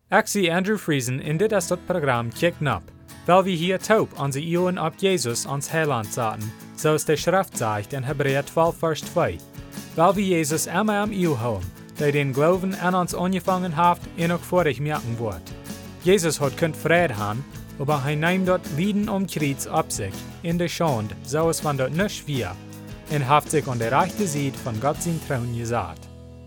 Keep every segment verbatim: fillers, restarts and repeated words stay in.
Ik zie Andrew Friesen in dit is het programma Kijk Nap, weil wir hier taub onze Ohren op Jesus ons Heiland zaten, zoals de Schrift zegt in Hebräer twaalf vers twee. Weil wir Jesus immer am Eeuw houden, die den Glauben an ons angefangen heeft en ook vorig merken wordt. Jesus hat kunt vrede haben, aber hij neemt dat Lieden om Kreuz op zich, in de Schande, zoals van dat nisch wir, en heeft zich aan de rechte Seite von Gott zijn Thron gezet.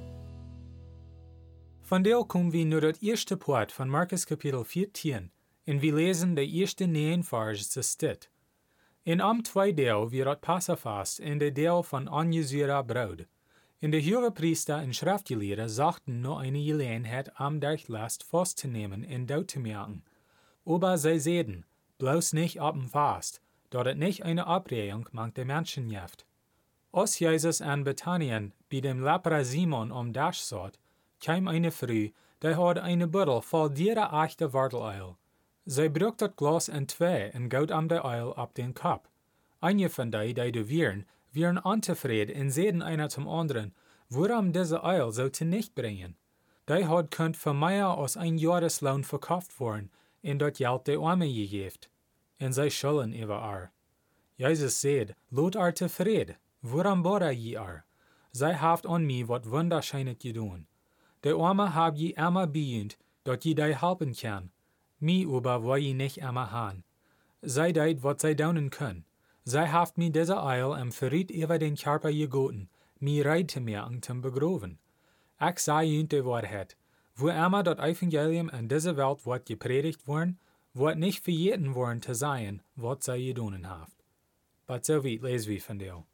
Vandaag komen we naar het eerste part van Markus kapitel veertien, en we lezen de eerste negen versen stit. In am twee deel weer het Passafast in de deel van ongezuurde brood. In de hoge priester en schriftgeleerden zachten nog eine gelegenheid am Dachtlast vast te nemen en dood te merken. Aber zij zeiden, bloos nicht op dem Fast, dat het nicht eine Abregung mank de Menschen jeft. Als Jesus an Bethanien bij dem lepra Simon om Dash zat, kwam eine Frau, die had eine Buddel vol diere echte worteluil. Zij brak dat glas in twee en goot am de uil op den kop. Eine van die, die de wieren, wieren ontevreden en zeiden einer zum anderen, waarom deze uil zou te nicht brengen? Die had kunt voor meer als een jahresloon verkauft worden, en dat geld de armen gegeven. En zij schulden over haar. Jezus zei, laat haar tevreden, waarom bora je haar? Zij heeft aan mij wat wonderschijnlijk gedaan. De armen heb je immer bijend, dat je die helpen kan. Mij aber wil je niet immer haan. Zij deed wat zij doen kunnen. Zij heeft mij deze uil en verriet over den Körper gegoten, mij reid te merken te begroven. Ik zei je de waarheid. Wo immer dat Evangelium in deze Welt wordt gepredigt worden, wordt niet vergeten worden te zijn wat zij gedaan heeft. But zo weit lezen we vandaag.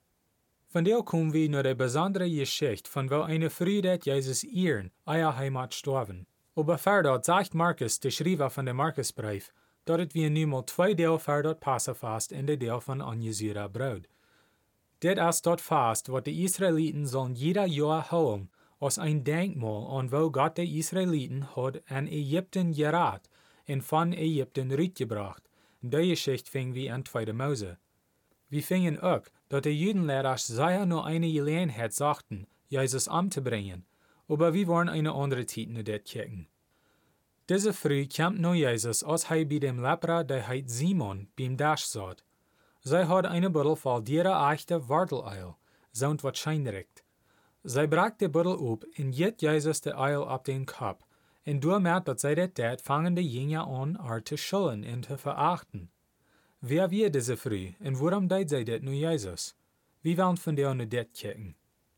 Vandaag komen we naar de bijzondere Geschichte van wel eine Frau dat Jezus ehren, eier Heimat storven. Aber verder zegt Markus, de schrijver van de Markusbrief, dat het weer nu mal twee deel verder Passafast in de deel van ongezuurde brood. Dit is dat vast wat de Israëlieten zullen jeder jaar houden, als een denkmal aan wo Gott de Israëlieten had aan Egypten geraad en van Egypten uitgebracht. Die Geschichte vingen we aan Tweede Mose. We vingen ook dat de Judenleiders zeer nog eine Gelegenheid zachten, Jezus om te brengen, aber we waren eine andere tijd naar dit kijken. Deze Frau kwam naar Jezus als hij bij dem lepra die heet Simon beim Dash zat. Zij had eine buddel vol diere echte worteluil, zo'n wat schijnricht. Zij brak de buddel op en jet Jezus de uil op den kop, en doormerkt dat zij dit deed, vangen de jingen aan haar te schulden en te verachten. Wer wie deze Frau en waarom deed zij dit naar Jezus? We willen vandaag naar dit kijken.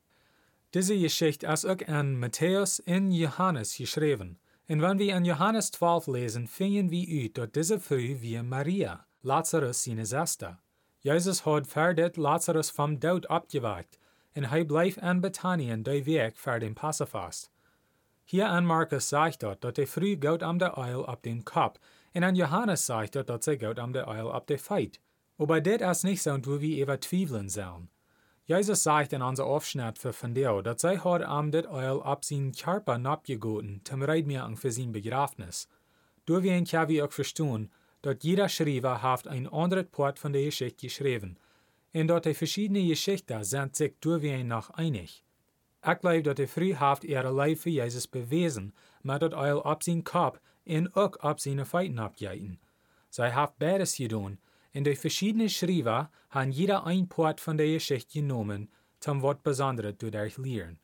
Deze Geschichte is ook aan Matthäus en Johannes geschreven. En wanneer we in Johannes twaalf lezen, vinden we uit dat deze Frau wie Maria, Lazarus zijn zuster. Jezus had voor dit Lazarus van dood opgewekt, en hij bleef aan Bethanien die week voor den Passafast. Hier aan Markus zegt dat, dat de Frau goot am de uil op den kop, en aan Johannes zegt dat, dat zij goot am de uil op de feit. Aber dit is niet zo wo we over twijfelen zullen. Jezus zegt in onze afschnitt voor vandaag dat zij had am dit uil op zijn Körper napgegoten, zum Reidmerken voor zijn begrafenis. Door we kan we ook verstaan dat jeder schrijver heeft een andere part van de Geschichte geschreven, en dat de verschillende Geschichten zijn zich door we nog einig. Ik geloof dat de Frau heeft ihre lijf voor Jezus bewezen, maar dat uil op zijn kop en ook op zijn feiten opgeten. Zij heeft beides gedaan, en de verschillende schrijver hebben jeder een part van de Geschichte genomen, zum wat bijzondere doordat leren.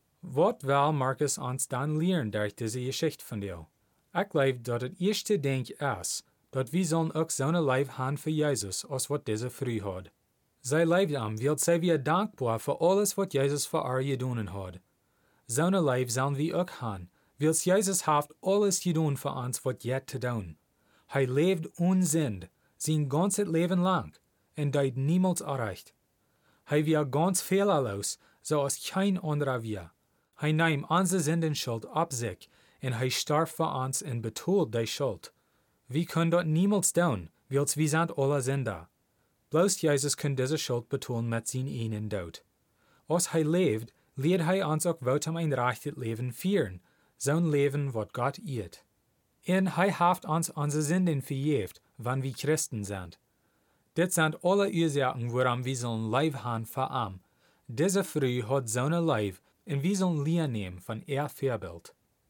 Wat wil Markus ons dan leren door deze Geschichte vandaag? Ik geloof dat het eerste denk is, dat we zullen ook zo'n lijf hebben voor Jezus als wat deze Frau had. Zij leefde am, wilt zij weer dankbaar voor alles wat Jezus voor haar gedaan had. Zo'n lijf zullen we ook hebben, wilt Jezus heeft alles gedaan voor ons wat jet te doen. Hij leeft onzind, zijn ganze leven lang, en deed niemals erreicht. Hij weer ganz fehlerloos, zoals geen andere weer. Hij neemt onze zindenschuld op zich, en hij starft voor ons en betaalt die schuld. We kunnen dat niemals doen, wilt we zijn alle zinder. Bloos Jezus kan deze schuld betalen met zijn enen dood. Als hij leeft, leert hij ons ook wat om een recht leven vieren, zo'n leven wat God eert. En hij heeft ons onze zinden vergeeft, wanneer we Christen zijn. Dit zijn alle oorzaken waarom we zullen lijf hebben voor hem. Deze Frau had zo'n lijf, en we zullen leren nemen van haar voorbeeld.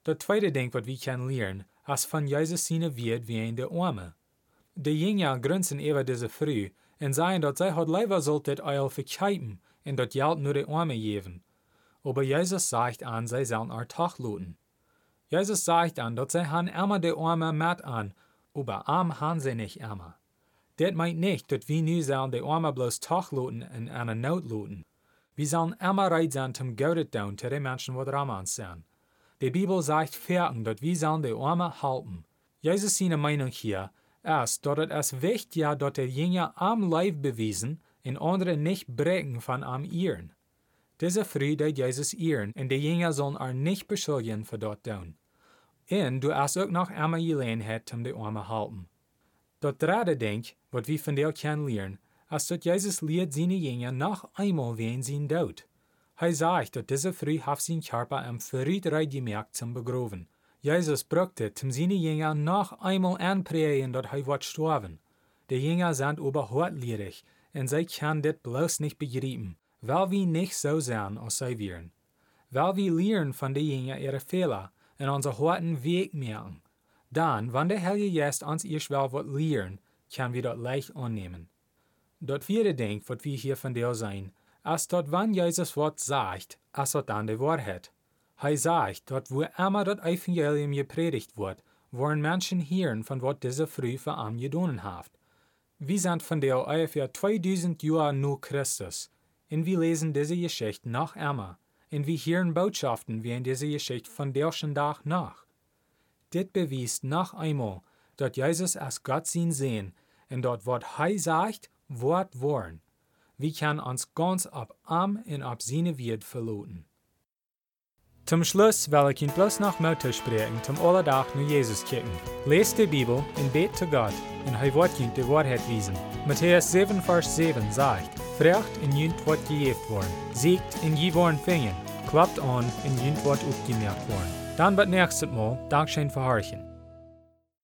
Dat tweede ding wat we kunnen leren, is van Jezus zijn wied wie de arme. De jingen grunzen over deze vrouw en zeggen dat zij het liever zult dit eil verkijpen en dat geld nur de arme geven. Aber Jezus zegt aan, zij zullen haar toch loten. Jezus zegt aan dat zij han immer de arme met aan, aber arm han zij niet immer. Dit meint niet dat we nu zullen de arme bloos toch loten en aan een nood loten. We zullen immer reit zijn om goud te doen te de mensen wat arm zijn. De Bibel zegt verken dat we zullen de arme helpen. Jezus zijn meinung hier is dat het is wichtig dat de jingen am lijf bewijzen en anderen niet breken van am eeren. Deze vrouw deed Jezus eeren en de jingen zullen er niet beschuldigen voor dat doen. En du hast ook nog immer gelegenheid om de arme helpen. Dat derde ding, wat we van deel kunnen leren, is dat Jezus leert zijn jingen nog eenmaal ween zijn dood. Hij zegt dat deze vrouw heeft zijn körper am vooruit gemerkt zum begroven. Jezus bracht het om zijn jingen nog eenmaal aanpredigen dat hij wordt sterven. De jingen zijn overhardlierig en zij kunnen dit bloos niet begrijpen, weil we niet zo zijn als zij wären. Weil we leren van de jingen ihre Fehler en onze harten weg merken. Dan, wanneer de Heilige Geest ons eerst wel wat leren, kunnen we dat leicht aannemen. Dat vierde ding wat we hier van deel zijn, is dat wanneer Jezus wat zegt, is dat dan de waarheid. Hij zegt dat wo immer dat evangelium gepredigt wordt, worden mensen horen van wat deze vrouw voor hem gedaan heeft. We zijn van deel ongeveer tweeduizend jaar na Christus, en we lezen deze Geschichte nog immer, en we horen boodschappen wie in deze Geschichte van deze dag nach. Dit bewijst nog eenmaal dat Jezus als God zijn zijn en dat wat hij zegt, wordt worden. We kunnen ons ganz op hem en op zijn woord verlaten. Zum Schluss wil ik je bloß noch Mut spreken zum alle dag naar Jezus kijken. Lees de Bibel en bid te God en hij wordt je de waarheid wijzen. Matthäus zeven vers zeven zegt, vraagt en je wordt gegeven worden, ziekt en je worden vingen, klapt aan en je wordt opgemerkt worden. Dan wat nächstes Mal, Dankeschön für Horchen.